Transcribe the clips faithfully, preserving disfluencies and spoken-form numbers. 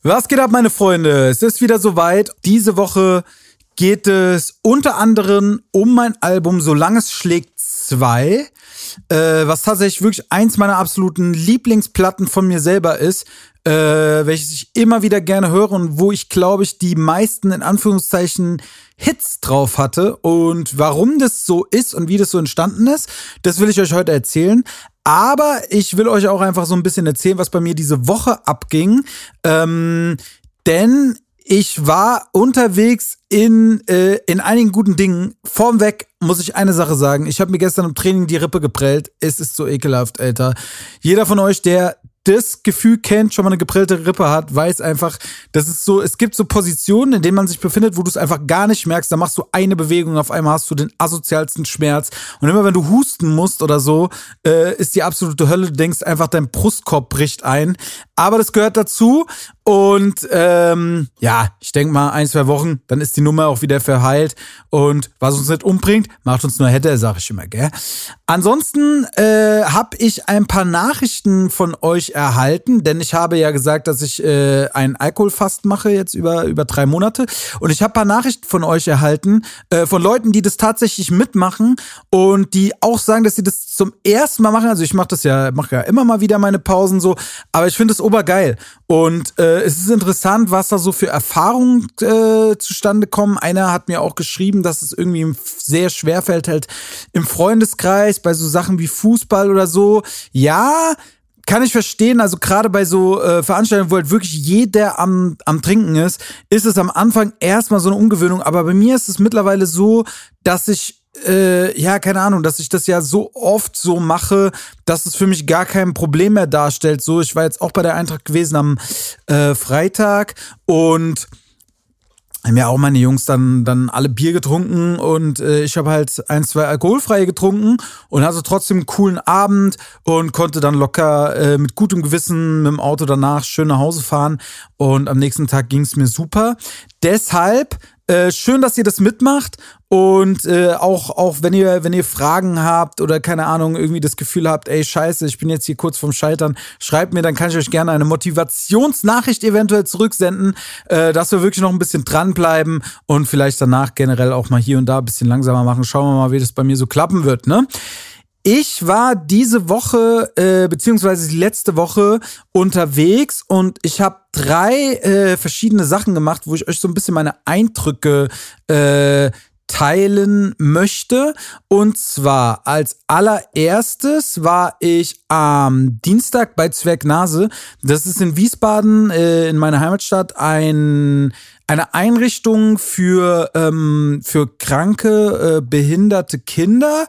Was geht ab, meine Freunde? Es ist wieder soweit. Diese Woche geht es unter anderem um mein Album Solange es schlägt zwei, äh, was tatsächlich wirklich eins meiner absoluten Lieblingsplatten von mir selber ist, äh, welches ich immer wieder gerne höre und wo ich, glaube ich, die meisten, in Anführungszeichen, Hits drauf hatte. Und warum das so ist und wie das so entstanden ist, das will ich euch heute erzählen. Aber ich will euch auch einfach so ein bisschen erzählen, was bei mir diese Woche abging. Ähm, denn ich war unterwegs in, äh, in einigen guten Dingen. Vorweg muss ich eine Sache sagen. Ich habe mir gestern im Training die Rippe geprellt. Es ist so ekelhaft, Alter. Jeder von euch, der das Gefühl kennt, schon mal eine geprellte Rippe hat, weiß einfach, das ist so, es gibt so Positionen, in denen man sich befindet, wo du es einfach gar nicht merkst, da machst du eine Bewegung, auf einmal hast du den asozialsten Schmerz und immer wenn du husten musst oder so, äh, ist die absolute Hölle, du denkst einfach, dein Brustkorb bricht ein, aber das gehört dazu und ähm, ja, ich denke mal ein, zwei Wochen, dann ist die Nummer auch wieder verheilt und was uns nicht umbringt, macht uns nur hätte, sag ich immer, gell? Ansonsten äh, habe ich ein paar Nachrichten von euch erhalten, denn ich habe ja gesagt, dass ich äh, einen Alkoholfast mache jetzt über über drei Monate und ich habe ein paar Nachrichten von euch erhalten, äh, von Leuten, die das tatsächlich mitmachen und die auch sagen, dass sie das zum ersten Mal machen. Also ich mache das ja, mache ja immer mal wieder meine Pausen so, aber ich finde das obergeil und äh, es ist interessant, was da so für Erfahrungen äh, zustande kommen. Einer hat mir auch geschrieben, dass es irgendwie sehr schwer fällt halt im Freundeskreis bei so Sachen wie Fußball oder so. Ja, kann ich verstehen, also gerade bei so äh, Veranstaltungen, wo halt wirklich jeder am, am Trinken ist, ist es am Anfang erstmal so eine Umgewöhnung, aber bei mir ist es mittlerweile so, dass ich, äh, ja, keine Ahnung, dass ich das ja so oft so mache, dass es für mich gar kein Problem mehr darstellt. So, ich war jetzt auch bei der Eintracht gewesen am äh, Freitag und haben ja auch meine Jungs dann dann alle Bier getrunken und äh, ich habe halt ein, zwei alkoholfreie getrunken und hatte trotzdem einen coolen Abend und konnte dann locker äh, mit gutem Gewissen mit dem Auto danach schön nach Hause fahren und am nächsten Tag ging es mir super. Deshalb äh, schön, dass ihr das mitmacht und äh, auch auch wenn ihr wenn ihr Fragen habt oder keine Ahnung irgendwie das Gefühl habt, ey Scheiße, ich bin jetzt hier kurz vorm Scheitern, schreibt mir, dann kann ich euch gerne eine Motivationsnachricht eventuell zurücksenden, äh, dass wir wirklich noch ein bisschen dranbleiben und vielleicht danach generell auch mal hier und da ein bisschen langsamer machen. Schauen wir mal, wie das bei mir so klappen wird, ne? Ich war diese Woche, äh, beziehungsweise die letzte Woche unterwegs und ich habe drei äh, verschiedene Sachen gemacht, wo ich euch so ein bisschen meine Eindrücke äh, teilen möchte. Und zwar als allererstes war ich am Dienstag bei Zwergnase. Das ist in Wiesbaden, äh, in meiner Heimatstadt, ein eine Einrichtung für ähm, für kranke, äh, behinderte Kinder.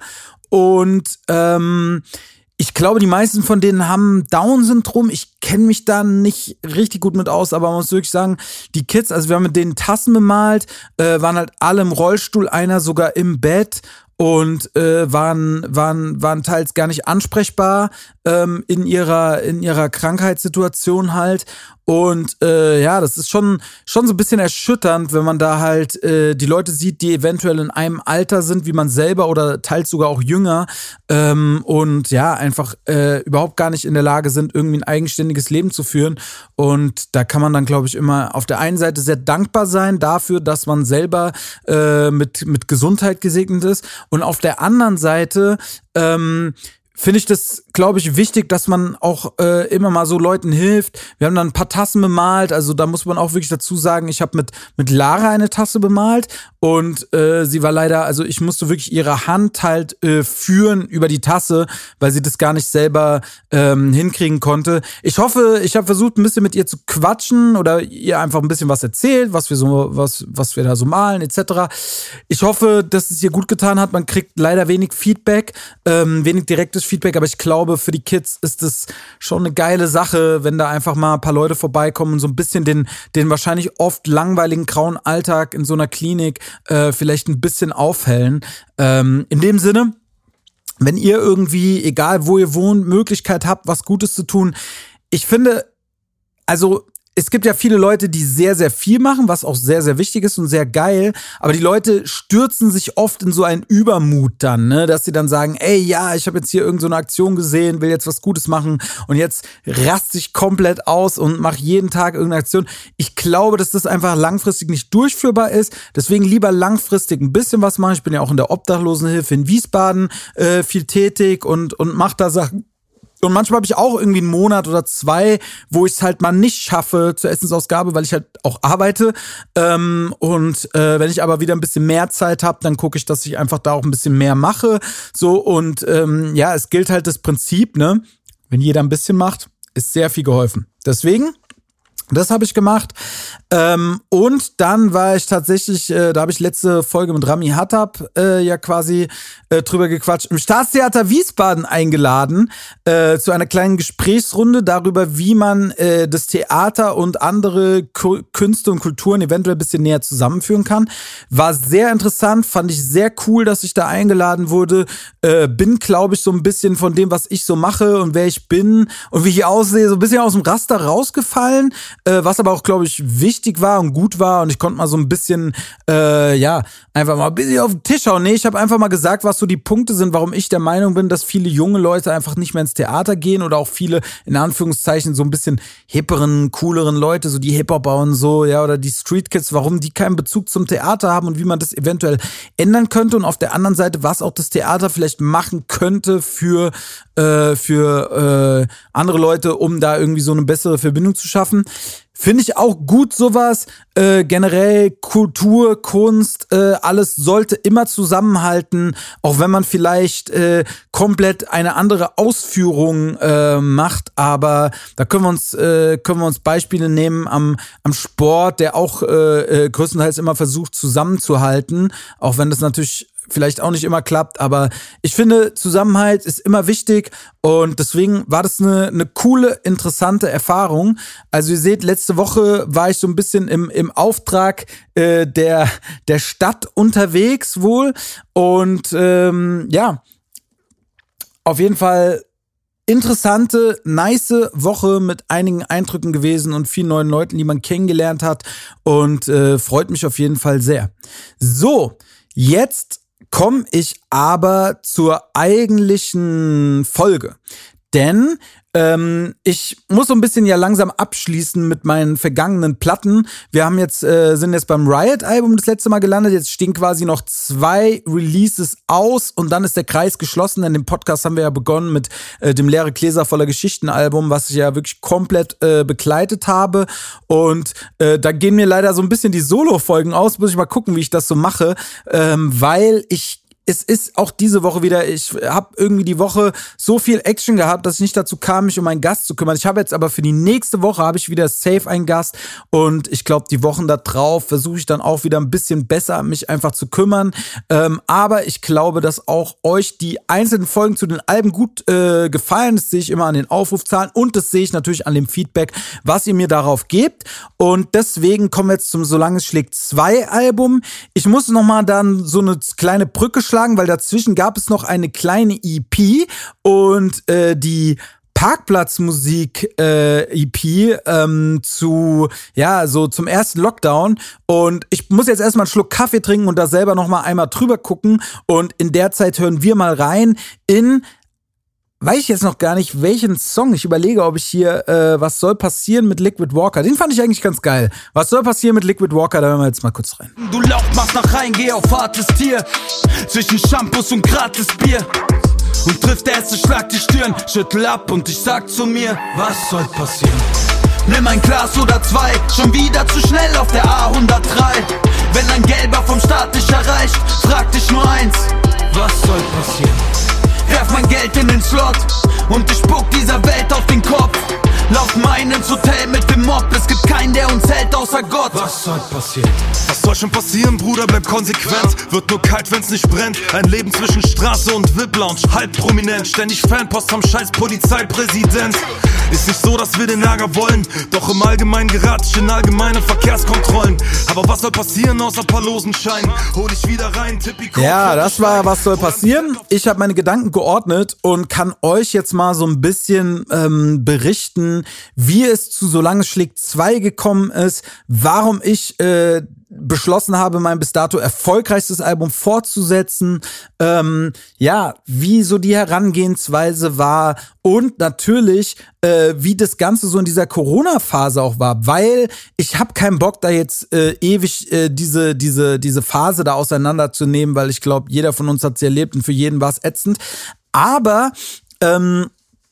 Und ähm, ich glaube, die meisten von denen haben Down-Syndrom. Ich kenne mich da nicht richtig gut mit aus, aber man muss wirklich sagen, die Kids, also wir haben mit denen Tassen bemalt, äh, waren halt alle im Rollstuhl, einer sogar im Bett und äh, waren waren waren teils gar nicht ansprechbar ähm, in ihrer in ihrer Krankheitssituation halt. Und äh, ja, das ist schon schon so ein bisschen erschütternd, wenn man da halt äh, die Leute sieht, die eventuell in einem Alter sind wie man selber oder teils sogar auch jünger ähm, und ja, einfach äh, überhaupt gar nicht in der Lage sind, irgendwie ein eigenständiges Leben zu führen. Und da kann man dann, glaube ich, immer auf der einen Seite sehr dankbar sein dafür, dass man selber äh, mit mit Gesundheit gesegnet ist. Und auf der anderen Seite ähm, finde ich das, glaube ich, wichtig, dass man auch äh, immer mal so Leuten hilft. Wir haben dann ein paar Tassen bemalt, also da muss man auch wirklich dazu sagen, ich habe mit mit Lara eine Tasse bemalt und äh, sie war leider, also ich musste wirklich ihre Hand halt äh, führen über die Tasse, weil sie das gar nicht selber ähm, hinkriegen konnte. Ich hoffe, ich habe versucht, ein bisschen mit ihr zu quatschen oder ihr einfach ein bisschen was erzählt, was wir so, was was wir da so malen et cetera. Ich hoffe, dass es ihr gut getan hat. Man kriegt leider wenig Feedback, ähm, wenig direktes Feedback, aber ich glaube, für die Kids ist es schon eine geile Sache, wenn da einfach mal ein paar Leute vorbeikommen und so ein bisschen den, den wahrscheinlich oft langweiligen grauen Alltag in so einer Klinik äh, vielleicht ein bisschen aufhellen. Ähm, in dem Sinne, wenn ihr irgendwie, egal wo ihr wohnt, Möglichkeit habt, was Gutes zu tun, ich finde, also es gibt ja viele Leute, die sehr, sehr viel machen, was auch sehr, sehr wichtig ist und sehr geil. Aber die Leute stürzen sich oft in so einen Übermut dann, ne? Dass sie dann sagen, ey, ja, ich habe jetzt hier irgend so eine Aktion gesehen, will jetzt was Gutes machen und jetzt raste ich komplett aus und mache jeden Tag irgendeine Aktion. Ich glaube, dass das einfach langfristig nicht durchführbar ist. Deswegen lieber langfristig ein bisschen was machen. Ich bin ja auch in der Obdachlosenhilfe in Wiesbaden äh, viel tätig und, und mache da Sachen. Und manchmal habe ich auch irgendwie einen Monat oder zwei, wo ich es halt mal nicht schaffe zur Essensausgabe, weil ich halt auch arbeite. Ähm, und äh, wenn ich aber wieder ein bisschen mehr Zeit habe, dann gucke ich, dass ich einfach da auch ein bisschen mehr mache. So und ähm, ja, es gilt halt das Prinzip, ne? Wenn jeder ein bisschen macht, ist sehr viel geholfen. Deswegen, das habe ich gemacht. Ähm, und dann war ich tatsächlich, äh, da habe ich letzte Folge mit Rami Hattab äh, ja quasi äh, drüber gequatscht, im Staatstheater Wiesbaden eingeladen äh, zu einer kleinen Gesprächsrunde darüber, wie man äh, das Theater und andere Ku- Künste und Kulturen eventuell ein bisschen näher zusammenführen kann. War sehr interessant, fand ich sehr cool, dass ich da eingeladen wurde. Äh, bin, glaube ich, so ein bisschen von dem, was ich so mache und wer ich bin und wie ich aussehe, so ein bisschen aus dem Raster rausgefallen, äh, was aber auch, glaube ich, wichtig war und gut war und ich konnte mal so ein bisschen, äh, ja, einfach mal ein bisschen auf den Tisch hauen. Nee, ich habe einfach mal gesagt, was so die Punkte sind, warum ich der Meinung bin, dass viele junge Leute einfach nicht mehr ins Theater gehen oder auch viele, in Anführungszeichen, so ein bisschen hipperen, cooleren Leute, so die Hip-Hopper und so, ja, oder die Street Kids, warum die keinen Bezug zum Theater haben und wie man das eventuell ändern könnte und auf der anderen Seite, was auch das Theater vielleicht machen könnte für, äh, für äh, andere Leute, um da irgendwie so eine bessere Verbindung zu schaffen. Finde ich auch gut sowas. Äh, generell Kultur, Kunst, äh, alles sollte immer zusammenhalten, auch wenn man vielleicht äh, komplett eine andere Ausführung äh, macht. Aber da können wir uns äh, können wir uns Beispiele nehmen am am Sport, der auch äh, äh, größtenteils immer versucht zusammenzuhalten, auch wenn das natürlich vielleicht auch nicht immer klappt, aber ich finde, Zusammenhalt ist immer wichtig und deswegen war das eine, eine coole, interessante Erfahrung. Also ihr seht, letzte Woche war ich so ein bisschen im, im Auftrag äh, der, der Stadt unterwegs wohl und ähm, ja, auf jeden Fall interessante, nice Woche mit einigen Eindrücken gewesen und vielen neuen Leuten, die man kennengelernt hat und äh, freut mich auf jeden Fall sehr. So, jetzt komme ich aber zur eigentlichen Folge. Denn ähm, ich muss so ein bisschen ja langsam abschließen mit meinen vergangenen Platten. Wir haben jetzt, äh, sind jetzt beim Riot-Album das letzte Mal gelandet. Jetzt stehen quasi noch zwei Releases aus und dann ist der Kreis geschlossen. Denn den Podcast haben wir ja begonnen mit äh, dem Leere Gläser voller Geschichten-Album, was ich ja wirklich komplett äh, begleitet habe. Und äh, da gehen mir leider so ein bisschen die Solo-Folgen aus. Muss ich mal gucken, wie ich das so mache, ähm, weil ich Es ist auch diese Woche wieder, ich habe irgendwie die Woche so viel Action gehabt, dass ich nicht dazu kam, mich um einen Gast zu kümmern. Ich habe jetzt aber für die nächste Woche habe ich wieder safe einen Gast und ich glaube, die Wochen da drauf versuche ich dann auch wieder ein bisschen besser, mich einfach zu kümmern. Ähm, aber ich glaube, dass auch euch die einzelnen Folgen zu den Alben gut äh, gefallen. Das sehe ich immer an den Aufrufzahlen und das sehe ich natürlich an dem Feedback, was ihr mir darauf gebt. Und deswegen kommen wir jetzt zum Solange es schlägt zwei Album. Ich muss nochmal dann so eine kleine Brücke schlagen, weil dazwischen gab es noch eine kleine E P und äh, die Parkplatzmusik äh, E P ähm, zu, ja, so zum ersten Lockdown und ich muss jetzt erstmal einen Schluck Kaffee trinken und da selber nochmal einmal drüber gucken und in der Zeit hören wir mal rein in, weiß ich jetzt noch gar nicht, welchen Song. Ich überlege, ob ich hier äh, Was soll passieren mit Liquid Walker. Den fand ich eigentlich ganz geil. Was soll passieren mit Liquid Walker? Da hören wir jetzt mal kurz rein. Du Lauch machst nach rein, geh auf hartes Tier. Zwischen Shampoos und gratis Bier. Und trifft der erste Schlag die Stirn. Schüttel ab und ich sag zu mir, was soll passieren? Nimm ein Glas oder zwei, schon wieder zu schnell auf der A hundertdrei. Wenn ein Gelber vom Staat dich erreicht, frag dich nur eins, was soll passieren? Werf mein Geld in den Slot und ich spuck dieser Welt auf den Kopf. Lauf mein ins Hotel mit dem Mob, es gibt keinen, der uns hält außer Gott. Was soll passieren? Was soll schon passieren, Bruder, bleib konsequent. Wird nur kalt, wenn's nicht brennt. Ein Leben zwischen Straße und V I P-Lounge, halb prominent. Ständig Fanpost am scheiß Polizeipräsident. Ist nicht so, dass wir den Ärger wollen, doch im Allgemeinen gerate ich in allgemeine Verkehrskontrollen. Aber was soll passieren außer paar losen Scheinen? Hol ich wieder rein, Tippi. Ja, das war Was soll passieren? Ich habe meine Gedanken geordnet und kann euch jetzt mal so ein bisschen ähm, berichten, erzählen, wie es zu Solange es schlägt zwei gekommen ist, warum ich äh, beschlossen habe, mein bis dato erfolgreichstes Album fortzusetzen, ähm, ja, wie so die Herangehensweise war und natürlich, äh, wie das Ganze so in dieser Corona-Phase auch war, weil ich habe keinen Bock, da jetzt äh, ewig äh, diese diese diese Phase da auseinanderzunehmen, weil ich glaube, jeder von uns hat sie erlebt und für jeden war es ätzend, aber ähm,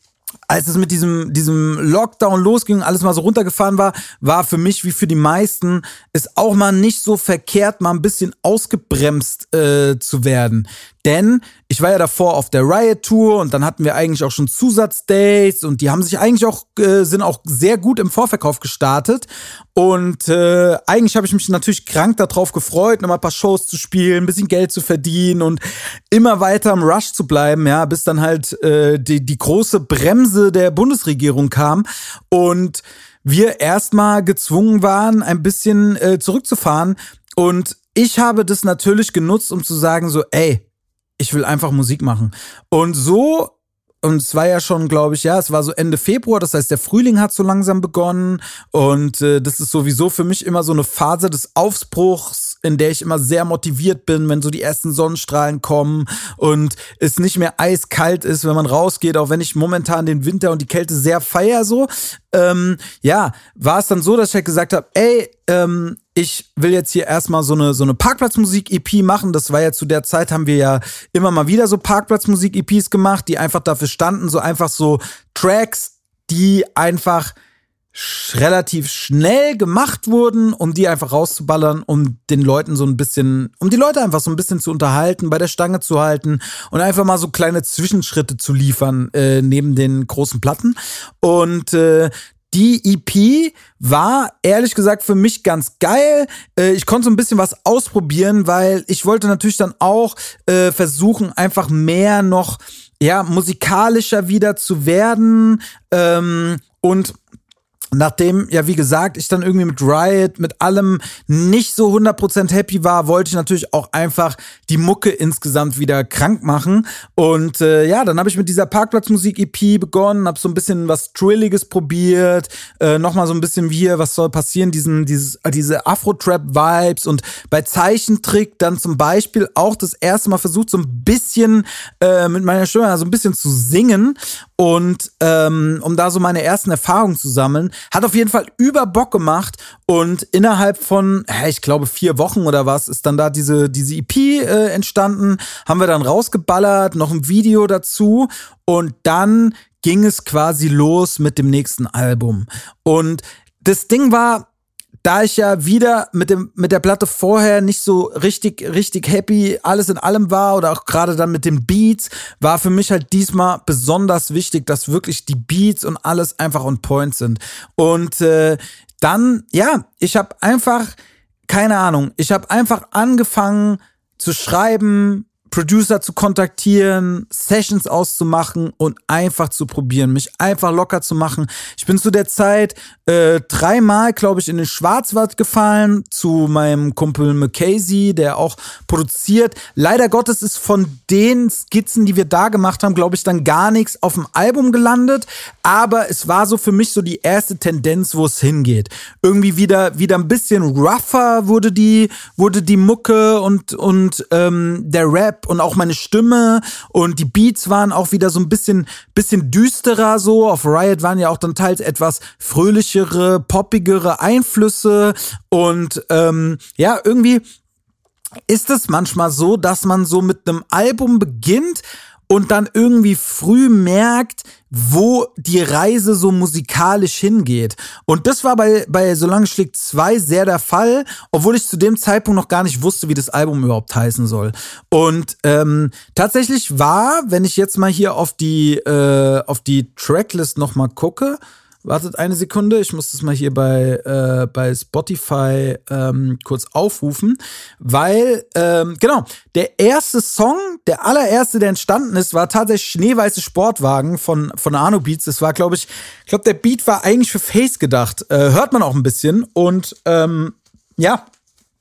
als es mit diesem, diesem Lockdown losging, alles mal so runtergefahren war, war für mich wie für die meisten es auch mal nicht so verkehrt, mal ein bisschen ausgebremst äh, zu werden. Denn ich war ja davor auf der Riot-Tour und dann hatten wir eigentlich auch schon Zusatzdates und die haben sich eigentlich auch, äh, sind auch sehr gut im Vorverkauf gestartet. Und äh, eigentlich habe ich mich natürlich krank darauf gefreut, nochmal ein paar Shows zu spielen, ein bisschen Geld zu verdienen und immer weiter im Rush zu bleiben, ja, bis dann halt äh, die, die große Bremse der Bundesregierung kam und wir erstmal gezwungen waren, ein bisschen äh, zurückzufahren. Und ich habe das natürlich genutzt, um zu sagen so, ey, ich will einfach Musik machen. Und so, und es war ja schon, glaube ich, ja, es war so Ende Februar, das heißt, der Frühling hat so langsam begonnen und äh, das ist sowieso für mich immer so eine Phase des Aufbruchs, in der ich immer sehr motiviert bin, wenn so die ersten Sonnenstrahlen kommen und es nicht mehr eiskalt ist, wenn man rausgeht, auch wenn ich momentan den Winter und die Kälte sehr feiere, so, ähm, ja, war es dann so, dass ich halt gesagt habe, ey, ähm, ich will jetzt hier erstmal so eine so eine Parkplatzmusik-E P machen. Das war ja zu der Zeit, haben wir ja immer mal wieder so Parkplatzmusik-E Ps gemacht, die einfach dafür standen, so einfach so Tracks, die einfach sch- relativ schnell gemacht wurden, um die einfach rauszuballern, um den Leuten so ein bisschen, um die Leute einfach so ein bisschen zu unterhalten, bei der Stange zu halten und einfach mal so kleine Zwischenschritte zu liefern äh, neben den großen Platten. Und äh, die E P war ehrlich gesagt für mich ganz geil. Äh, ich konnte so ein bisschen was ausprobieren, weil ich wollte natürlich dann auch äh, versuchen, einfach mehr noch ja musikalischer wieder zu werden. Ähm, und nachdem, ja wie gesagt, ich dann irgendwie mit Riot, mit allem nicht so hundert Prozent happy war, wollte ich natürlich auch einfach die Mucke insgesamt wieder krank machen. Und äh, ja, dann habe ich mit dieser Parkplatzmusik-E P begonnen, habe so ein bisschen was Trilliges probiert, äh, nochmal so ein bisschen wie hier, was soll passieren, diesen, dieses, diese Afro-Trap-Vibes und bei Zeichentrick dann zum Beispiel auch das erste Mal versucht, so ein bisschen äh, mit meiner Stimme, also ein bisschen zu singen und ähm, um da so meine ersten Erfahrungen zu sammeln. Hat auf jeden Fall über Bock gemacht und innerhalb von, ich glaube, vier Wochen oder was, ist dann da diese, diese E P äh, entstanden, haben wir dann rausgeballert, noch ein Video dazu und dann ging es quasi los mit dem nächsten Album. Und das Ding war, da ich ja wieder mit dem mit der Platte vorher nicht so richtig richtig happy alles in allem war oder auch gerade dann mit den Beats, war für mich halt diesmal besonders wichtig, dass wirklich die Beats und alles einfach on point sind. Und äh, dann, ja, ich habe einfach, keine Ahnung, ich habe einfach angefangen zu schreiben, Producer zu kontaktieren, Sessions auszumachen und einfach zu probieren, mich einfach locker zu machen. Ich bin zu der Zeit äh, dreimal, glaube ich, in den Schwarzwald gefallen zu meinem Kumpel Mackenzie, der auch produziert. Leider Gottes ist von den Skizzen, die wir da gemacht haben, glaube ich, dann gar nichts auf dem Album gelandet. Aber es war so für mich so die erste Tendenz, wo es hingeht. Irgendwie wieder wieder ein bisschen rougher wurde die wurde die Mucke und und ähm, der Rap und auch meine Stimme und die Beats waren auch wieder so ein bisschen bisschen düsterer so. Auf Riot waren ja auch dann teils etwas fröhlichere, poppigere Einflüsse und ähm, ja, irgendwie ist es manchmal so, dass man so mit einem Album beginnt und dann irgendwie früh merkt, wo die Reise so musikalisch hingeht. Und das war bei, bei Solange schlägt zwei sehr der Fall, obwohl ich zu dem Zeitpunkt noch gar nicht wusste, wie das Album überhaupt heißen soll. Und ähm, tatsächlich war, wenn ich jetzt mal hier auf die, äh, auf die Tracklist noch mal gucke, wartet eine Sekunde, ich muss das mal hier bei, äh, bei Spotify ähm, kurz aufrufen, weil, ähm, genau, der erste Song, der allererste, der entstanden ist, war tatsächlich Schneeweiße Sportwagen von, von Arno Beats. Das war, glaube ich, ich glaube, der Beat war eigentlich für Face gedacht. Äh, hört man auch ein bisschen und, ähm, ja,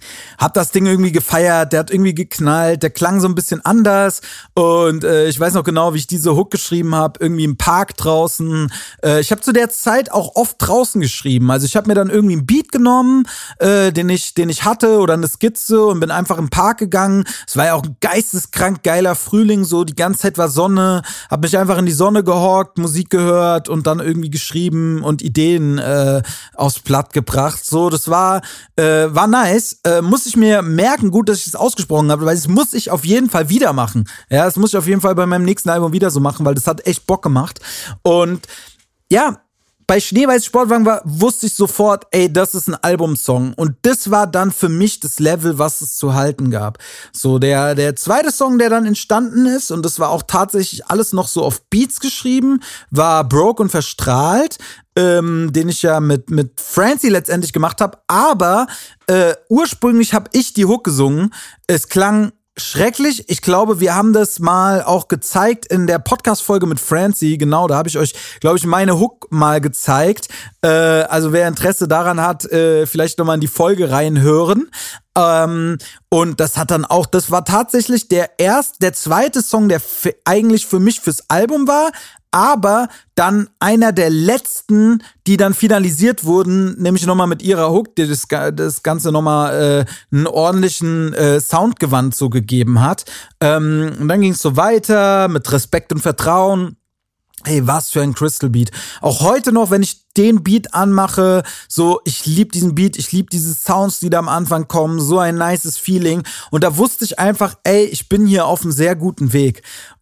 Hab das Ding irgendwie gefeiert, der hat irgendwie geknallt, der klang so ein bisschen anders und äh, ich weiß noch genau, wie ich diese Hook geschrieben habe, irgendwie im Park draußen. Äh, ich habe zu der Zeit auch oft draußen geschrieben, also ich habe mir dann irgendwie einen Beat genommen, äh, den ich den ich hatte oder eine Skizze und bin einfach im Park gegangen. Es war ja auch ein geisteskrank geiler Frühling, so die ganze Zeit war Sonne, hab mich einfach in die Sonne gehockt, Musik gehört und dann irgendwie geschrieben und Ideen äh, aufs Blatt gebracht. So, das war äh, war nice. Äh, muss ich mir merken, gut, dass ich es ausgesprochen habe, weil das muss ich auf jeden Fall wieder machen. Ja, das muss ich auf jeden Fall bei meinem nächsten Album wieder so machen, weil das hat echt Bock gemacht. Und ja, bei Schneeweiß Sportwagen war, wusste ich sofort, ey, das ist ein Albumsong. Und das war dann für mich das Level, was es zu halten gab. So, der, der zweite Song, der dann entstanden ist, und das war auch tatsächlich alles noch so auf Beats geschrieben, war Broke und Verstrahlt, ähm, den ich ja mit, mit Francie letztendlich gemacht habe. Aber äh, ursprünglich habe ich die Hook gesungen. Es klang schrecklich. Ich glaube, wir haben das mal auch gezeigt in der Podcast-Folge mit Francie. Genau, da habe ich euch, glaube ich, meine Hook mal gezeigt. Äh, also wer Interesse daran hat, äh, vielleicht nochmal in die Folge reinhören. Ähm, und das hat dann auch, das war tatsächlich der erst, der zweite Song, der f- eigentlich für mich fürs Album war, aber dann einer der letzten, die dann finalisiert wurden, nämlich nochmal mit ihrer Hook, die das, das Ganze nochmal äh, einen ordentlichen äh, Soundgewand so gegeben hat. Ähm, und dann ging es so weiter mit Respekt und Vertrauen. Hey, was für ein Crystal Beat. Auch heute noch, wenn ich den Beat anmache, so, ich lieb diesen Beat, ich lieb diese Sounds, die da am Anfang kommen, so ein nices Feeling. Und da wusste ich einfach, ey, ich bin hier auf einem sehr guten Weg.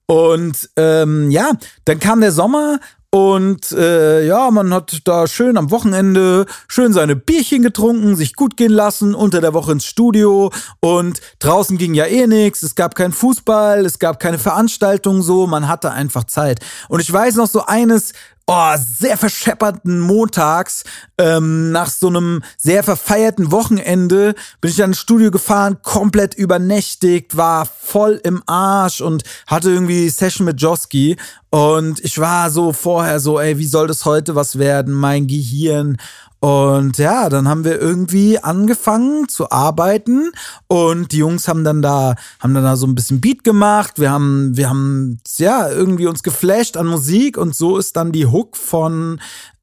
Und ähm, ja, dann kam der Sommer und äh, ja, man hat da schön am Wochenende schön seine Bierchen getrunken, sich gut gehen lassen, unter der Woche ins Studio und draußen ging ja eh nix, es gab keinen Fußball, es gab keine Veranstaltung so, man hatte einfach Zeit. Und ich weiß noch so eines, oh, sehr verschepperten Montags, ähm, nach so einem sehr verfeierten Wochenende bin ich dann ins Studio gefahren, komplett übernächtigt, war voll im Arsch und hatte irgendwie Session mit Joski und ich war so vorher so, ey, wie soll das heute was werden, mein Gehirn. Und ja, dann haben wir irgendwie angefangen zu arbeiten und die Jungs haben dann da, haben dann da so ein bisschen Beat gemacht. Wir haben, wir haben, ja, irgendwie uns geflasht an Musik und so ist dann die Hook von,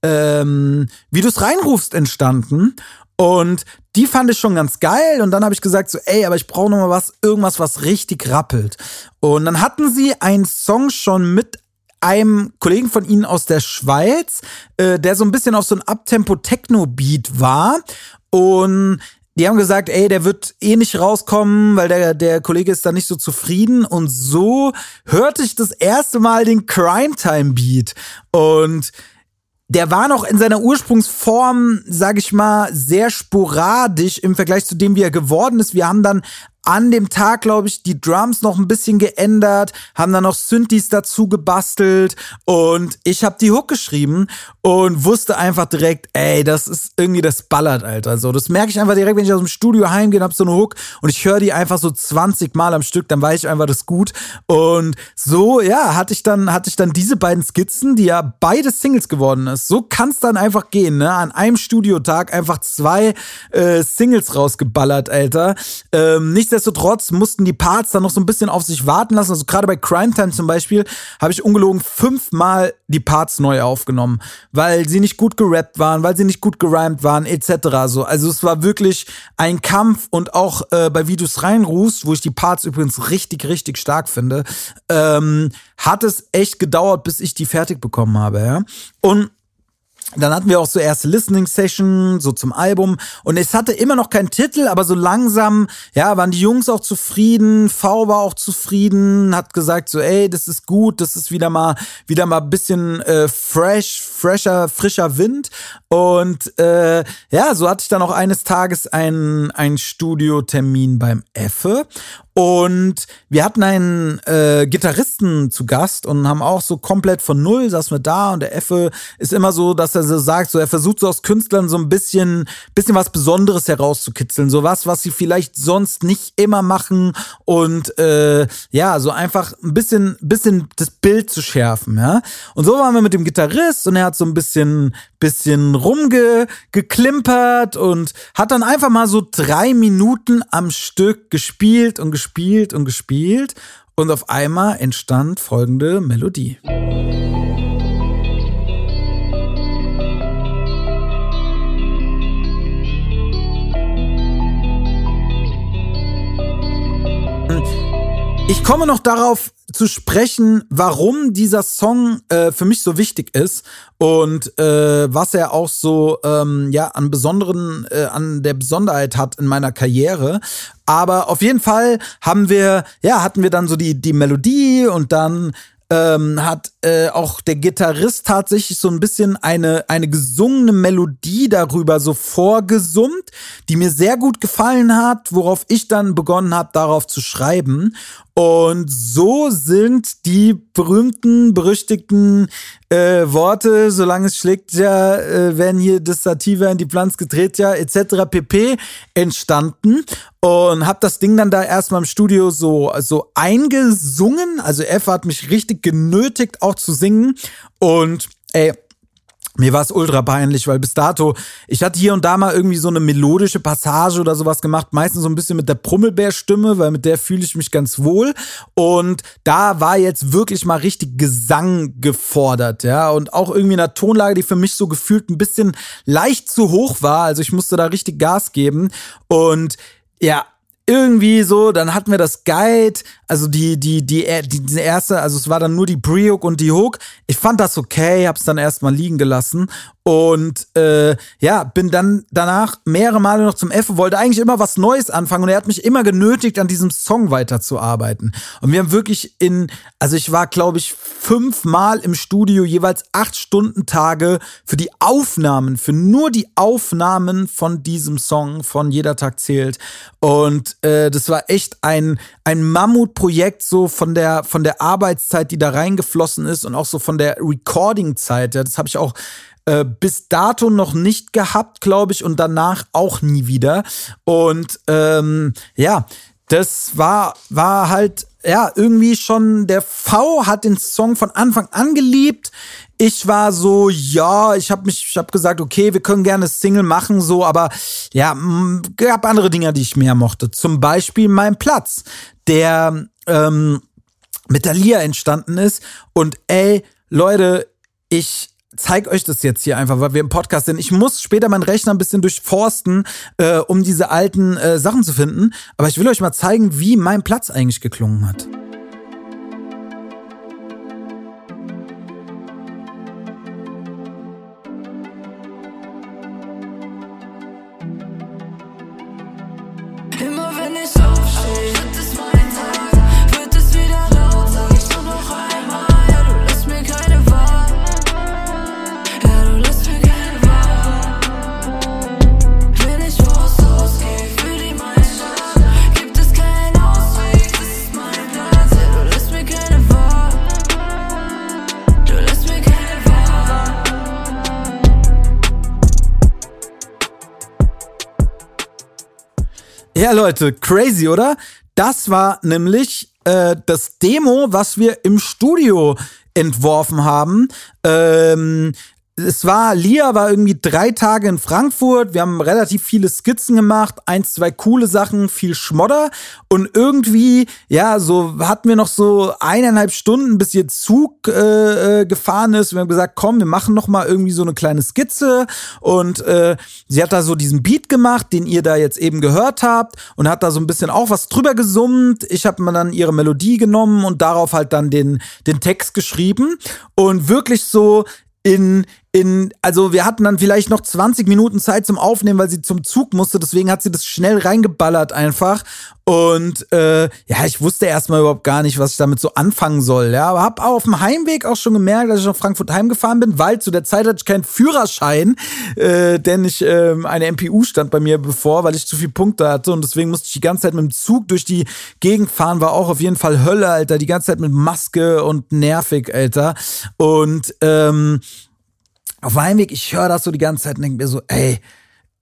ähm, Wie du's reinrufst entstanden. Und die fand ich schon ganz geil und dann habe ich gesagt so, ey, aber ich brauche noch mal was, irgendwas, was richtig rappelt. Und dann hatten sie einen Song schon mit einem Kollegen von ihnen aus der Schweiz, äh, der so ein bisschen auf so ein Uptempo-Techno-Beat war und die haben gesagt, ey, der wird eh nicht rauskommen, weil der, der Kollege ist da nicht so zufrieden und so hörte ich das erste Mal den Crime-Time-Beat und der war noch in seiner Ursprungsform, sag ich mal, sehr sporadisch im Vergleich zu dem, wie er geworden ist. Wir haben dann an dem Tag, glaube ich, die Drums noch ein bisschen geändert, haben dann noch Synthes dazu gebastelt und ich habe die Hook geschrieben und wusste einfach direkt, ey, das ist irgendwie, das ballert, Alter. So, das merke ich einfach direkt, wenn ich aus dem Studio heimgehe und hab so eine Hook und ich höre die einfach so zwanzig Mal am Stück, dann weiß ich einfach, das ist gut. Und so, ja, hatte ich dann, hatte ich dann diese beiden Skizzen, die ja beide Singles geworden ist. So kann's dann einfach gehen, ne? An einem Studiotag einfach zwei äh, Singles rausgeballert, Alter. Ähm, nicht Nichtsdestotrotz mussten die Parts dann noch so ein bisschen auf sich warten lassen. Also gerade bei Crime Time zum Beispiel habe ich ungelogen fünfmal die Parts neu aufgenommen, weil sie nicht gut gerappt waren, weil sie nicht gut gerimt waren, et cetera. So, also es war wirklich ein Kampf und auch äh, bei Wie du's reinrufst, wo ich die Parts übrigens richtig, richtig stark finde, ähm, hat es echt gedauert, bis ich die fertig bekommen habe. Ja? Und dann hatten wir auch so erste Listening-Session, so zum Album. Und es hatte immer noch keinen Titel, aber so langsam, ja, waren die Jungs auch zufrieden. V war auch zufrieden, hat gesagt so, ey, das ist gut, das ist wieder mal, wieder mal ein bisschen äh, fresh, fresher, frischer Wind. Und äh, ja, so hatte ich dann auch eines Tages einen, einen Studiotermin beim Effe. Und wir hatten einen äh, Gitarristen zu Gast und haben auch so komplett von Null, saßen wir da und der Effe ist immer so, dass er so sagt, so er versucht so aus Künstlern so ein bisschen bisschen was Besonderes herauszukitzeln, so was, was sie vielleicht sonst nicht immer machen und äh, ja, so einfach ein bisschen bisschen das Bild zu schärfen, ja. Und so waren wir mit dem Gitarrist und er hat so ein bisschen bisschen rumgeklimpert und hat dann einfach mal so drei Minuten am Stück gespielt und gespielt und gespielt. Und auf einmal entstand folgende Melodie. Ich komme noch darauf zu sprechen, warum dieser Song äh, für mich so wichtig ist und äh, was er auch so ähm, ja an besonderen äh, an der Besonderheit hat in meiner Karriere. Aber auf jeden Fall haben wir ja hatten wir dann so die die Melodie und dann ähm, hat äh, auch der Gitarrist tatsächlich so ein bisschen eine eine gesungene Melodie darüber so vorgesummt, die mir sehr gut gefallen hat, worauf ich dann begonnen habe, darauf zu schreiben. Und so sind die berühmten, berüchtigten äh, Worte, solange es schlägt ja, äh, werden hier das Sativa in die Pflanze gedreht ja, et cetera pp. Entstanden. Und hab das Ding dann da erstmal im Studio so, so eingesungen. Also F hat mich richtig genötigt, auch zu singen. Und ey, mir war es ultra peinlich, weil bis dato, ich hatte hier und da mal irgendwie so eine melodische Passage oder sowas gemacht, meistens so ein bisschen mit der Brummelbär-Stimme, weil mit der fühle ich mich ganz wohl. Und da war jetzt wirklich mal richtig Gesang gefordert, ja. Und auch irgendwie eine Tonlage, die für mich so gefühlt ein bisschen leicht zu hoch war. Also ich musste da richtig Gas geben. Und ja, irgendwie so, dann hatten wir das Guide, also die, die, die, die, die erste, also es war dann nur die Pre-Hook und die Hook. Ich fand das okay, hab's dann erstmal liegen gelassen und äh, ja, bin dann danach mehrere Male noch zum F, wollte eigentlich immer was Neues anfangen und er hat mich immer genötigt, an diesem Song weiterzuarbeiten. Und wir haben wirklich in, also ich war, glaube ich, fünfmal im Studio, jeweils acht Stunden Tage für die Aufnahmen, für nur die Aufnahmen von diesem Song, von Jeder Tag zählt. Und äh, das war echt ein, ein Mammutprojekt, so von der, von der Arbeitszeit, die da reingeflossen ist und auch so von der Recording-Zeit. Ja, das habe ich auch Äh, bis dato noch nicht gehabt, glaube ich, und danach auch nie wieder. Und ähm, ja, das war war halt ja irgendwie schon, der V hat den Song von Anfang an geliebt. Ich war so, ja, ich habe mich, ich habe gesagt, okay, wir können gerne Single machen, so, aber ja, gab andere Dinge, die ich mehr mochte. Zum Beispiel Mein Platz, der ähm, mit der Lia entstanden ist. Und ey, Leute, ich zeig euch das jetzt hier einfach, weil wir im Podcast sind. Ich muss später meinen Rechner ein bisschen durchforsten, äh, um diese alten äh, Sachen zu finden. Aber ich will euch mal zeigen, wie Mein Platz eigentlich geklungen hat. Immer wenn ich aufstehe, wird es mein Tag, wird es wieder laut, sag ich doch noch einmal, ja, du lässt mir keine Wahl. Ja, du lässt mir keine Wahl. Wenn ich vors Haus geh, für die Meisterschaft, gibt es keinen Ausweg, das ist mein Platz. Ja, du lässt mir keine Wahl. Du lässt mir keine Wahl. Ja, Leute, crazy, oder? Das war nämlich äh, das Demo, was wir im Studio entworfen haben. Ähm, es war, Lia war irgendwie drei Tage in Frankfurt. Wir haben relativ viele Skizzen gemacht, eins, zwei coole Sachen, viel Schmodder. Und irgendwie, ja, so hatten wir noch so eineinhalb Stunden, bis ihr Zug äh, gefahren ist. Wir haben gesagt, komm, wir machen noch mal irgendwie so eine kleine Skizze. Und äh, sie hat da so diesen Beat gemacht, den ihr da jetzt eben gehört habt. Und hat da so ein bisschen auch was drüber gesummt. Ich habe mir dann ihre Melodie genommen und darauf halt dann den, den Text geschrieben. Und wirklich so in, in, also wir hatten dann vielleicht noch zwanzig Minuten Zeit zum Aufnehmen, weil sie zum Zug musste, deswegen hat sie das schnell reingeballert einfach. Und äh, ja, ich wusste erstmal überhaupt gar nicht, was ich damit so anfangen soll. Ja, aber hab auf dem Heimweg auch schon gemerkt, dass ich nach Frankfurt heimgefahren bin, weil zu der Zeit hatte ich keinen Führerschein, äh, denn ich äh, eine M P U stand bei mir bevor, weil ich zu viele Punkte hatte und deswegen musste ich die ganze Zeit mit dem Zug durch die Gegend fahren, war auch auf jeden Fall Hölle, Alter, die ganze Zeit mit Maske und nervig, Alter. Und ähm, auf dem Heimweg, ich höre das so die ganze Zeit und denke mir so, ey,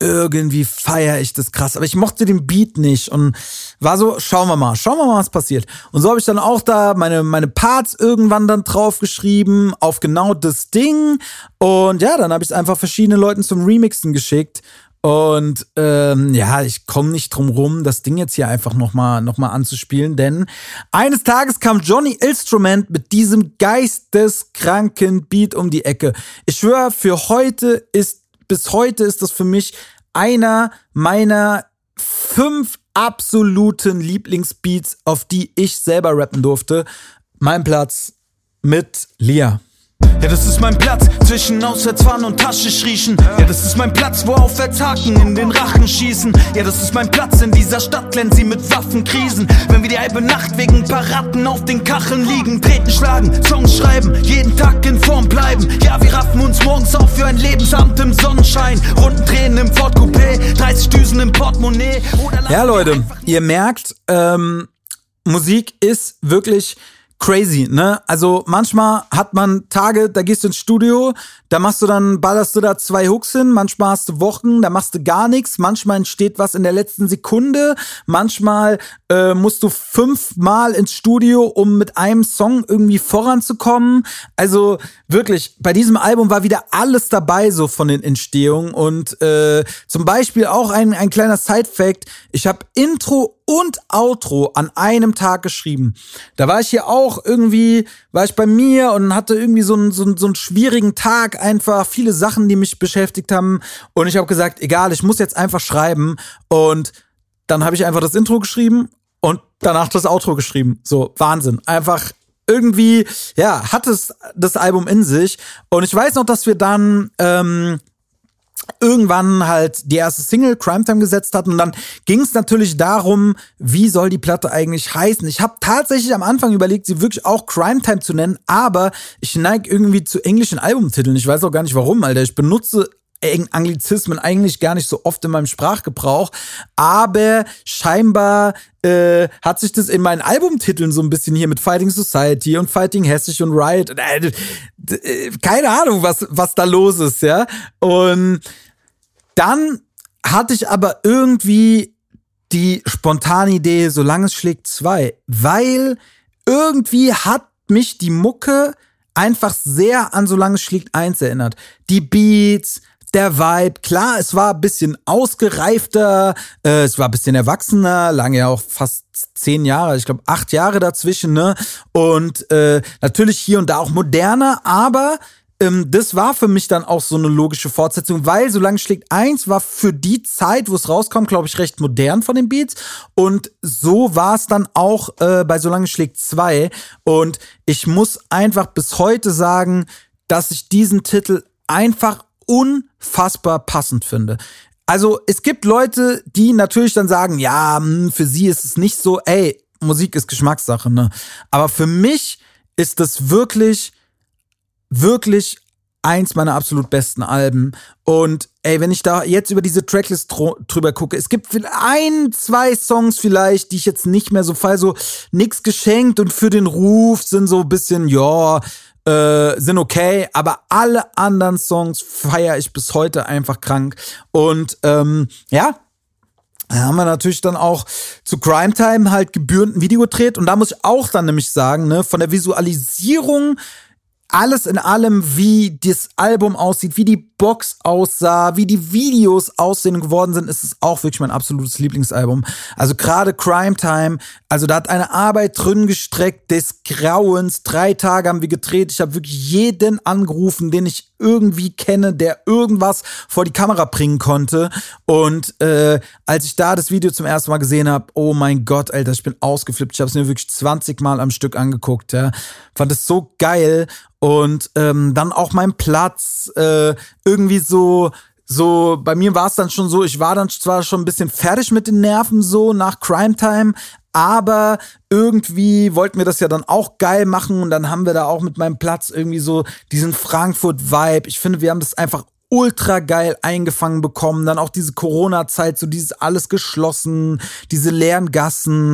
irgendwie feiere ich das krass. Aber ich mochte den Beat nicht und war so, schauen wir mal, schauen wir mal, was passiert. Und so habe ich dann auch da meine, meine Parts irgendwann dann draufgeschrieben auf genau das Ding. Und ja, dann habe ich es einfach verschiedenen Leuten zum Remixen geschickt. Und ähm, ja, ich komme nicht drum rum, das Ding jetzt hier einfach nochmal noch mal anzuspielen, denn eines Tages kam Johnny Instrument mit diesem geisteskranken Beat um die Ecke. Ich schwöre, für heute ist Bis heute ist das für mich einer meiner fünf absoluten Lieblingsbeats, auf die ich selber rappen durfte. Mein Platz mit Lia. Ja, das ist mein Platz zwischen Auswärtsfahren und Tasche riechen. Ja, das ist mein Platz, wo Aufwärtshaken in den Rachen schießen. Ja, das ist mein Platz in dieser Stadt, glänzt sie mit Waffenkrisen. Wenn wir die halbe Nacht wegen Paraden auf den Kacheln liegen, treten, schlagen, Songs schreiben, jeden Tag in Form bleiben. Ja, wir raffen uns morgens auf für ein Lebensamt im Sonnenschein. Runden Tränen im Ford Coupé, dreißig Düsen im Portemonnaie. Ja, Leute, ihr merkt, ähm, Musik ist wirklich crazy, ne? Also manchmal hat man Tage, da gehst du ins Studio, da machst du dann, ballerst du da zwei Hooks hin, manchmal hast du Wochen, da machst du gar nichts, manchmal entsteht was in der letzten Sekunde, manchmal äh, musst du fünfmal ins Studio, um mit einem Song irgendwie voranzukommen. Also wirklich, bei diesem Album war wieder alles dabei, so von den Entstehungen und äh, zum Beispiel auch ein, ein kleiner Side-Fact, ich habe Intro und Outro an einem Tag geschrieben. Da war ich hier auch irgendwie, war ich bei mir und hatte irgendwie so einen, so einen, so einen schwierigen Tag, einfach viele Sachen, die mich beschäftigt haben. Und ich habe gesagt, egal, ich muss jetzt einfach schreiben. Und dann habe ich einfach das Intro geschrieben und danach das Outro geschrieben. So, Wahnsinn. Einfach irgendwie, ja, hat es das Album in sich. Und ich weiß noch, dass wir dann ähm, irgendwann halt die erste Single Crime Time gesetzt hatten und dann ging es natürlich darum, wie soll die Platte eigentlich heißen. Ich habe tatsächlich am Anfang überlegt, sie wirklich auch Crime Time zu nennen, aber ich neige irgendwie zu englischen Albumtiteln. Ich weiß auch gar nicht warum, Alter. Ich benutze Anglizismen eigentlich gar nicht so oft in meinem Sprachgebrauch, aber scheinbar äh, hat sich das in meinen Albumtiteln so ein bisschen hier mit Fighting Society und Fighting Hessisch und Riot, äh, keine Ahnung, was was da los ist, ja. Und dann hatte ich aber irgendwie die spontane Idee, solange es schlägt zwei, weil irgendwie hat mich die Mucke einfach sehr an Solange es schlägt eins erinnert. Die Beats, der Vibe, klar, es war ein bisschen ausgereifter, äh, es war ein bisschen erwachsener, lange ja auch fast zehn Jahre, ich glaube acht Jahre dazwischen, ne? Und äh, natürlich hier und da auch moderner, aber ähm, das war für mich dann auch so eine logische Fortsetzung, weil Solange es schlägt eins war für die Zeit, wo es rauskam, glaube ich, recht modern von den Beats. Und so war es dann auch äh, bei Solange es schlägt zwei. Und ich muss einfach bis heute sagen, dass ich diesen Titel einfach unfassbar passend finde. Also es gibt Leute, die natürlich dann sagen, ja, für sie ist es nicht so, ey, Musik ist Geschmackssache, ne? Aber für mich ist das wirklich, wirklich eins meiner absolut besten Alben. Und ey, wenn ich da jetzt über diese Tracklist dr- drüber gucke, es gibt ein, zwei Songs vielleicht, die ich jetzt nicht mehr so feier, so nix geschenkt und für den Ruf sind so ein bisschen, ja, Äh, sind okay, aber alle anderen Songs feiere ich bis heute einfach krank. Und ähm, ja, da haben wir natürlich dann auch zu Crime Time halt gebührend ein Video gedreht. Und da muss ich auch dann nämlich sagen, ne, von der Visualisierung, alles in allem, wie das Album aussieht, wie die Box aussah, wie die Videos aussehen geworden sind, ist es auch wirklich mein absolutes Lieblingsalbum. Also gerade Crime Time, also da hat eine Arbeit drin gestreckt des Grauens. Drei Tage haben wir gedreht. Ich habe wirklich jeden angerufen, den ich irgendwie kenne, der irgendwas vor die Kamera bringen konnte. Und äh, als ich da das Video zum ersten Mal gesehen habe, oh mein Gott, Alter, ich bin ausgeflippt. Ich habe es mir wirklich zwanzig Mal am Stück angeguckt. Ja. Fand es so geil. Und ähm, dann auch mein Platz, äh, irgendwie so, so, bei mir war es dann schon so, ich war dann zwar schon ein bisschen fertig mit den Nerven so nach Crime Time, aber irgendwie wollten wir das ja dann auch geil machen und dann haben wir da auch mit meinem Platz irgendwie so diesen Frankfurt-Vibe. Ich finde, wir haben das einfach ultra geil eingefangen bekommen. Dann auch diese Corona-Zeit, so dieses alles geschlossen, diese leeren Gassen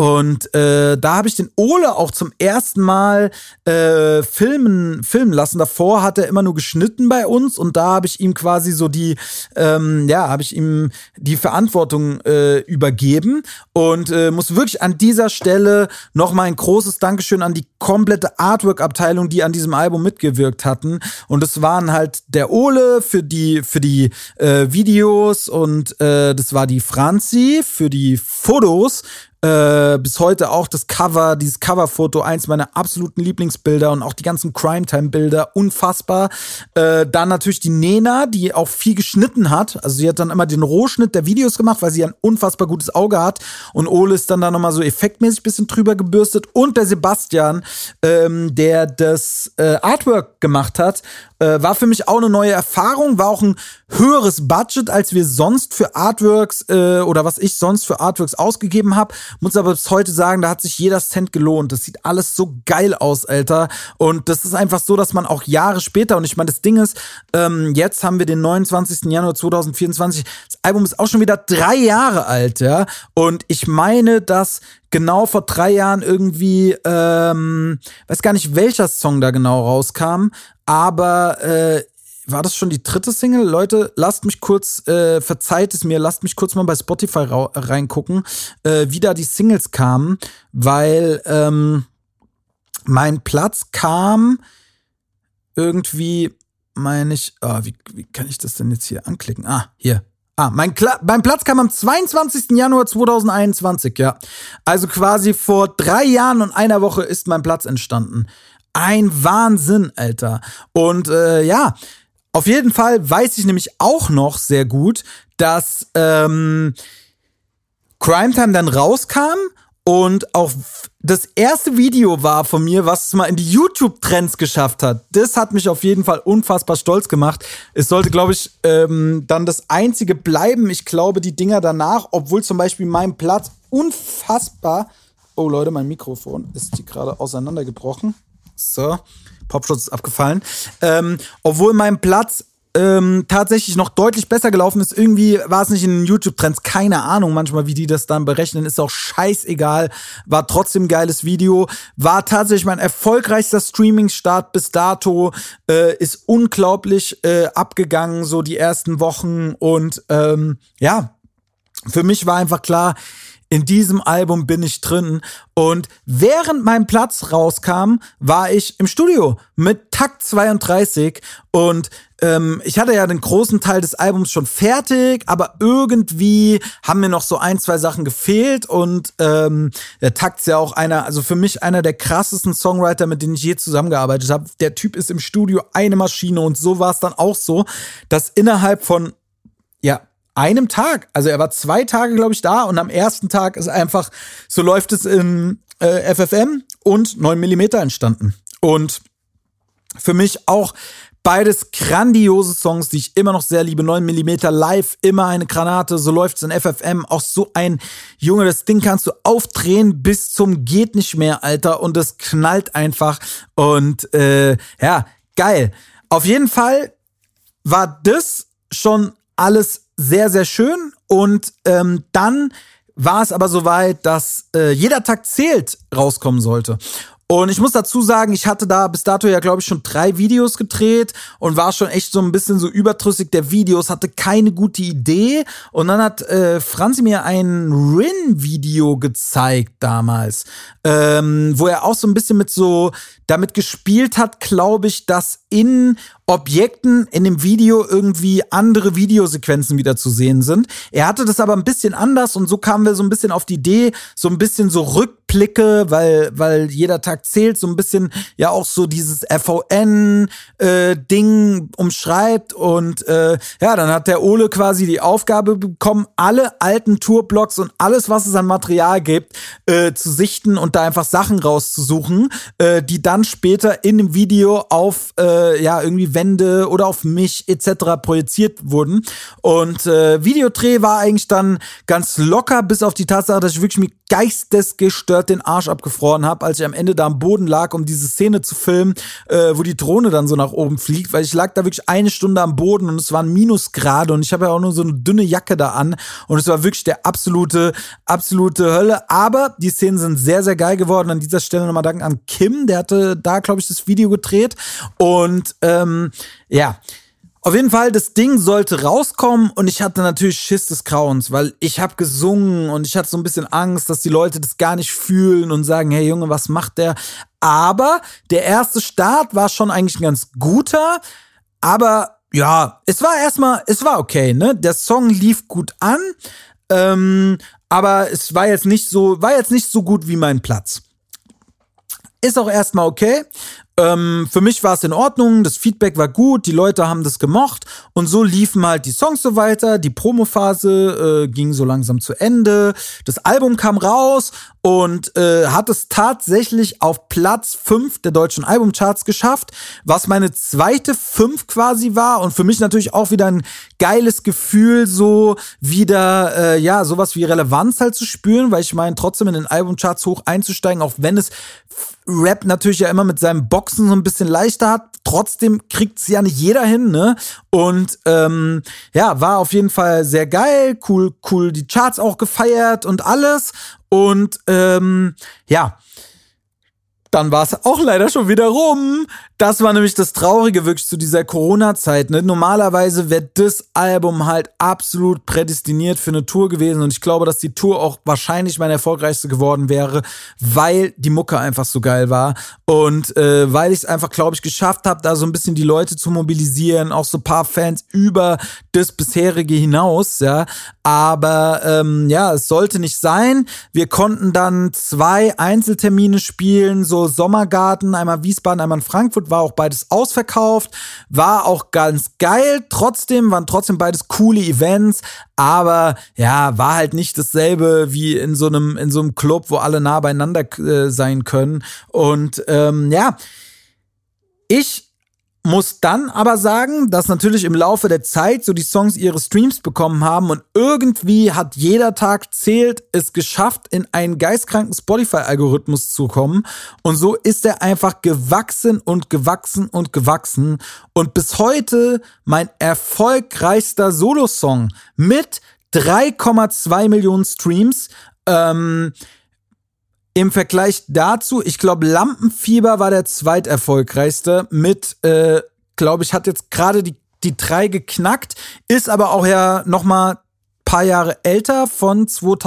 Und äh, da habe ich den Ole auch zum ersten Mal äh, filmen, filmen lassen. Davor hat er immer nur geschnitten bei uns und da habe ich ihm quasi so die, ähm, ja, habe ich ihm die Verantwortung äh, übergeben und äh, muss wirklich an dieser Stelle nochmal ein großes Dankeschön an die komplette Artwork-Abteilung, die an diesem Album mitgewirkt hatten. Und es waren halt der Ole für die, für die äh, Videos und äh, das war die Franzi für die Fotos. Äh, bis heute auch das Cover, dieses Coverfoto, eins meiner absoluten Lieblingsbilder und auch die ganzen Crime-Time-Bilder, unfassbar. Äh, dann natürlich die Nena, die auch viel geschnitten hat. Also sie hat dann immer den Rohschnitt der Videos gemacht, weil sie ein unfassbar gutes Auge hat. Und Ole ist dann da nochmal so effektmäßig ein bisschen drüber gebürstet. Und der Sebastian, ähm, der das äh, Artwork gemacht hat, äh, war für mich auch eine neue Erfahrung, war auch ein höheres Budget, als wir sonst für Artworks äh, oder was ich sonst für Artworks ausgegeben habe. Muss aber bis heute sagen, da hat sich jeder Cent gelohnt. Das sieht alles so geil aus, Alter. Und das ist einfach so, dass man auch Jahre später, und ich meine, das Ding ist, ähm, jetzt haben wir den neunundzwanzigsten Januar zweitausendvierundzwanzig. Das Album ist auch schon wieder drei Jahre alt, ja. Und ich meine, dass genau vor drei Jahren irgendwie, ähm, weiß gar nicht, welcher Song da genau rauskam, aber äh, war das schon die dritte Single? Leute, lasst mich kurz, äh, verzeiht es mir, lasst mich kurz mal bei Spotify ra- reingucken, äh, wie da die Singles kamen, weil ähm, mein Platz kam irgendwie, meine ich, oh, wie, wie kann ich das denn jetzt hier anklicken? Ah, hier. Ah, mein, Kla- mein Platz kam am zweiundzwanzigsten Januar zweitausendeinundzwanzig, ja. Also quasi vor drei Jahren und einer Woche ist mein Platz entstanden. Ein Wahnsinn, Alter. Und äh, ja, auf jeden Fall weiß ich nämlich auch noch sehr gut, dass ähm, Crime Time dann rauskam und auch das erste Video war von mir, was es mal in die YouTube-Trends geschafft hat. Das hat mich auf jeden Fall unfassbar stolz gemacht. Es sollte, glaube ich, ähm, dann das einzige bleiben. Ich glaube, die Dinger danach, obwohl zum Beispiel mein Platz unfassbar... Oh Leute, mein Mikrofon ist hier gerade auseinandergebrochen. So, Popschutz ist abgefallen. Ähm, obwohl mein Platz ähm, tatsächlich noch deutlich besser gelaufen ist. Irgendwie war es nicht in den YouTube-Trends. Keine Ahnung manchmal, wie die das dann berechnen. Ist auch scheißegal. War trotzdem ein geiles Video. War tatsächlich mein erfolgreichster Streaming-Start bis dato. Äh, ist unglaublich äh, abgegangen, so die ersten Wochen. Und ähm, ja, für mich war einfach klar, in diesem Album bin ich drin. Und während mein Platz rauskam, war ich im Studio mit Takt zweiunddreißig. Und ähm, ich hatte ja den großen Teil des Albums schon fertig, aber irgendwie haben mir noch so ein, zwei Sachen gefehlt. Und ähm, der Takt ist ja auch einer, also für mich einer der krassesten Songwriter, mit denen ich je zusammengearbeitet habe. Der Typ ist im Studio eine Maschine. Und so war es dann auch so, dass innerhalb von, ja, einem Tag, also er war zwei Tage, glaube ich, da und am ersten Tag ist einfach, so läuft es in äh, F F M und neun Millimeter entstanden. Und für mich auch beides grandiose Songs, die ich immer noch sehr liebe. neun Millimeter live, immer eine Granate, so läuft es in F F M. Auch so ein, Junge, das Ding kannst du aufdrehen bis zum geht nicht mehr, Alter. Und das knallt einfach. Und äh, ja, geil. Auf jeden Fall war das schon alles sehr, sehr schön. Und ähm, dann war es aber soweit, dass äh, Jeder Takt zählt rauskommen sollte. Und ich muss dazu sagen, ich hatte da bis dato ja, glaube ich, schon drei Videos gedreht und war schon echt so ein bisschen so überdrüssig der Videos, hatte keine gute Idee. Und dann hat äh, Franzi mir ein Rin-Video gezeigt damals, ähm, wo er auch so ein bisschen mit so damit gespielt hat, glaube ich, dass in Objekten in dem Video irgendwie andere Videosequenzen wieder zu sehen sind. Er hatte das aber ein bisschen anders und so kamen wir so ein bisschen auf die Idee, so ein bisschen so Rückblicke, weil weil Jeder Tag zählt, so ein bisschen ja auch so dieses R V N-Ding äh, umschreibt und äh, ja, dann hat der Ole quasi die Aufgabe bekommen, alle alten Tourblogs und alles, was es an Material gibt, äh, zu sichten und da einfach Sachen rauszusuchen, äh, die dann später in dem Video auf äh, ja irgendwie Wände oder auf mich et cetera projiziert wurden. Und äh, Videodreh war eigentlich dann ganz locker, bis auf die Tatsache, dass ich wirklich mir geistesgestört den Arsch abgefroren habe, als ich am Ende da am Boden lag, um diese Szene zu filmen, äh, wo die Drohne dann so nach oben fliegt, weil ich lag da wirklich eine Stunde am Boden und es waren Minusgrade und ich habe ja auch nur so eine dünne Jacke da an und es war wirklich der absolute, absolute Hölle. Aber die Szenen sind sehr, sehr geil geworden. An dieser Stelle nochmal Dank an Kim, der hatte da, glaube ich, das Video gedreht und ähm, ja, auf jeden Fall, das Ding sollte rauskommen und ich hatte natürlich Schiss des Grauens, weil ich habe gesungen und ich hatte so ein bisschen Angst, dass die Leute das gar nicht fühlen und sagen, hey Junge, was macht der? Aber der erste Start war schon eigentlich ein ganz guter, aber ja, es war erstmal, es war okay, ne? Der Song lief gut an, ähm, aber es war jetzt nicht so, war jetzt nicht so gut wie mein Platz. Ist auch erstmal okay. Ähm, für mich war es in Ordnung, das Feedback war gut, die Leute haben das gemocht und so liefen halt die Songs so weiter, die Promophase äh, ging so langsam zu Ende, das Album kam raus und äh, hat es tatsächlich auf Platz fünf der deutschen Albumcharts geschafft, was meine zweite fünf quasi war und für mich natürlich auch wieder ein geiles Gefühl, so wieder, äh, ja, sowas wie Relevanz halt zu spüren, weil ich meine, trotzdem in den Albumcharts hoch einzusteigen, auch wenn es Rap natürlich ja immer mit seinem Boxen so ein bisschen leichter hat, trotzdem kriegt's ja nicht jeder hin, ne? Und ähm, ja, war auf jeden Fall sehr geil, cool, cool, die Charts auch gefeiert und alles. Und ähm, ja, dann war es auch leider schon wieder rum. Das war nämlich das Traurige wirklich zu dieser Corona-Zeit. Ne? Normalerweise wäre das Album halt absolut prädestiniert für eine Tour gewesen. Und ich glaube, dass die Tour auch wahrscheinlich meine erfolgreichste geworden wäre, weil die Mucke einfach so geil war. Und äh, weil ich es einfach, glaube ich, geschafft habe, da so ein bisschen die Leute zu mobilisieren. Auch so ein paar Fans über das bisherige hinaus. Ja, Aber ähm, ja, es sollte nicht sein. Wir konnten dann zwei Einzeltermine spielen, so Sommergarten, einmal Wiesbaden, einmal in Frankfurt, war auch beides ausverkauft, war auch ganz geil, trotzdem, waren trotzdem beides coole Events, aber ja, war halt nicht dasselbe wie in so einem, in so einem Club, wo alle nah beieinander äh, sein können und ähm, ja, ich muss dann aber sagen, dass natürlich im Laufe der Zeit so die Songs ihre Streams bekommen haben und irgendwie hat jeder Tag zählt es geschafft, in einen geistkranken Spotify-Algorithmus zu kommen und so ist er einfach gewachsen und gewachsen und gewachsen und bis heute mein erfolgreichster Solo-Song mit drei Komma zwei Millionen Streams, ähm, im Vergleich dazu, ich glaube, Lampenfieber war der zweiterfolgreichste mit, äh, glaube ich, hat jetzt gerade die, die drei geknackt, ist aber auch ja noch mal ein paar Jahre älter, von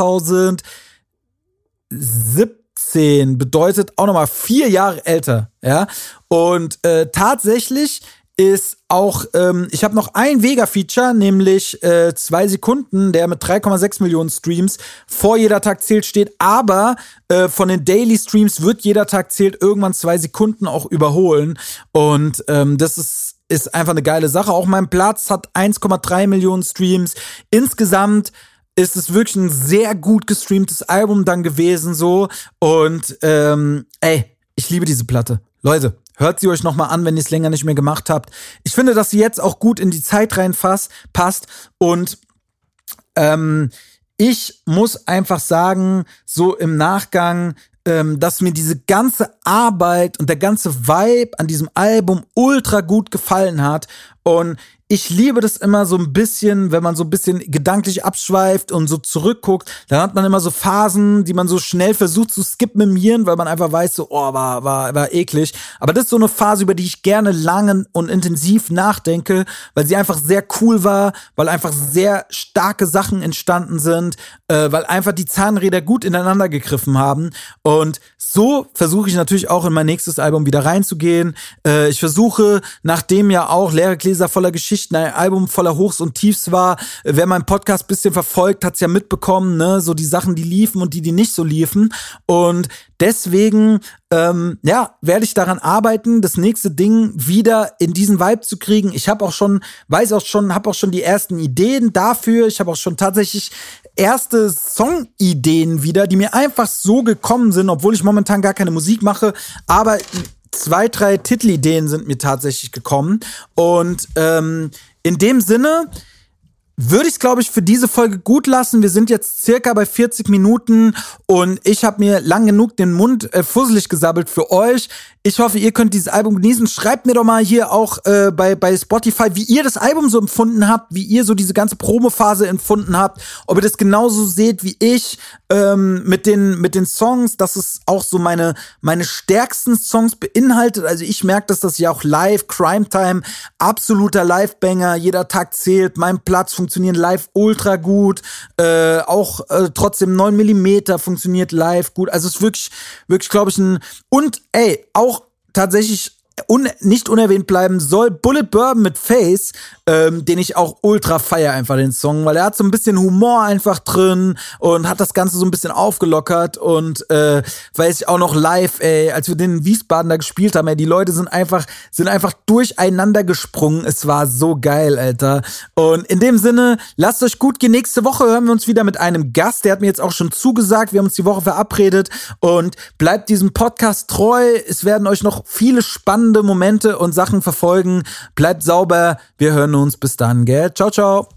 zweitausendsiebzehn, bedeutet auch noch mal vier Jahre älter, ja. Und äh, tatsächlich ist auch, ähm, ich habe noch ein Vega-Feature, nämlich äh, zwei Sekunden, der mit drei Komma sechs Millionen Streams vor jeder Tag zählt steht, aber äh, von den Daily Streams wird jeder Tag zählt irgendwann zwei Sekunden auch überholen und ähm, das ist, ist einfach eine geile Sache. Auch mein Platz hat eins Komma drei Millionen Streams. Insgesamt ist es wirklich ein sehr gut gestreamtes Album dann gewesen so und ähm, ey, ich liebe diese Platte. Leute, hört sie euch nochmal an, wenn ihr es länger nicht mehr gemacht habt. Ich finde, dass sie jetzt auch gut in die Zeit reinpasst und ähm, ich muss einfach sagen, so im Nachgang, ähm, dass mir diese ganze Arbeit und der ganze Vibe an diesem Album ultra gut gefallen hat und ich liebe das immer so ein bisschen, wenn man so ein bisschen gedanklich abschweift und so zurückguckt, dann hat man immer so Phasen, die man so schnell versucht zu skipmemieren, weil man einfach weiß, so, oh, war, war, war eklig. Aber das ist so eine Phase, über die ich gerne lange und intensiv nachdenke, weil sie einfach sehr cool war, weil einfach sehr starke Sachen entstanden sind, äh, weil einfach die Zahnräder gut ineinander gegriffen haben. Und so versuche ich natürlich auch in mein nächstes Album wieder reinzugehen. Äh, ich versuche, nachdem ja auch Leere Gläser voller Geschichten ein Album voller Hochs und Tiefs war. Wer meinen Podcast ein bisschen verfolgt, hat es ja mitbekommen, ne? So die Sachen, die liefen und die, die nicht so liefen. Und deswegen, ähm, ja, werde ich daran arbeiten, das nächste Ding wieder in diesen Vibe zu kriegen. Ich habe auch schon, weiß auch schon, habe auch schon die ersten Ideen dafür. Ich habe auch schon tatsächlich erste Songideen wieder, die mir einfach so gekommen sind, obwohl ich momentan gar keine Musik mache. Aber zwei, drei Titelideen sind mir tatsächlich gekommen. Und ähm, in dem Sinne würde ich es, glaube ich, für diese Folge gut lassen. Wir sind jetzt circa bei vierzig Minuten und ich habe mir lang genug den Mund äh, fusselig gesabbelt für euch. Ich hoffe, ihr könnt dieses Album genießen. Schreibt mir doch mal hier auch äh, bei, bei Spotify, wie ihr das Album so empfunden habt, wie ihr so diese ganze Promophase empfunden habt, ob ihr das genauso seht wie ich ähm, mit den mit den Songs, dass es auch so meine meine stärksten Songs beinhaltet. Also ich merke, dass das ja auch live, Crime Time, absoluter Live-Banger, jeder Tag zählt, mein Platz funktionieren live ultra gut, äh, auch äh, trotzdem neun Millimeter funktioniert live gut. Also es ist wirklich, wirklich, glaube ich, ein und ey, auch tatsächlich un nicht unerwähnt bleiben soll Bullet Bourbon mit Face, ähm, den ich auch ultra feier, einfach den Song, weil er hat so ein bisschen Humor einfach drin und hat das Ganze so ein bisschen aufgelockert und äh, weiß ich auch noch live, ey, als wir den in Wiesbaden da gespielt haben, ey, die Leute sind einfach, sind einfach durcheinander gesprungen, es war so geil, Alter. Und in dem Sinne, lasst euch gut gehen, nächste Woche hören wir uns wieder mit einem Gast, der hat mir jetzt auch schon zugesagt, wir haben uns die Woche verabredet und bleibt diesem Podcast treu, es werden euch noch viele spannende Momente und Sachen verfolgen. Bleibt sauber. Wir hören uns. Bis dann, gell? Ciao, ciao.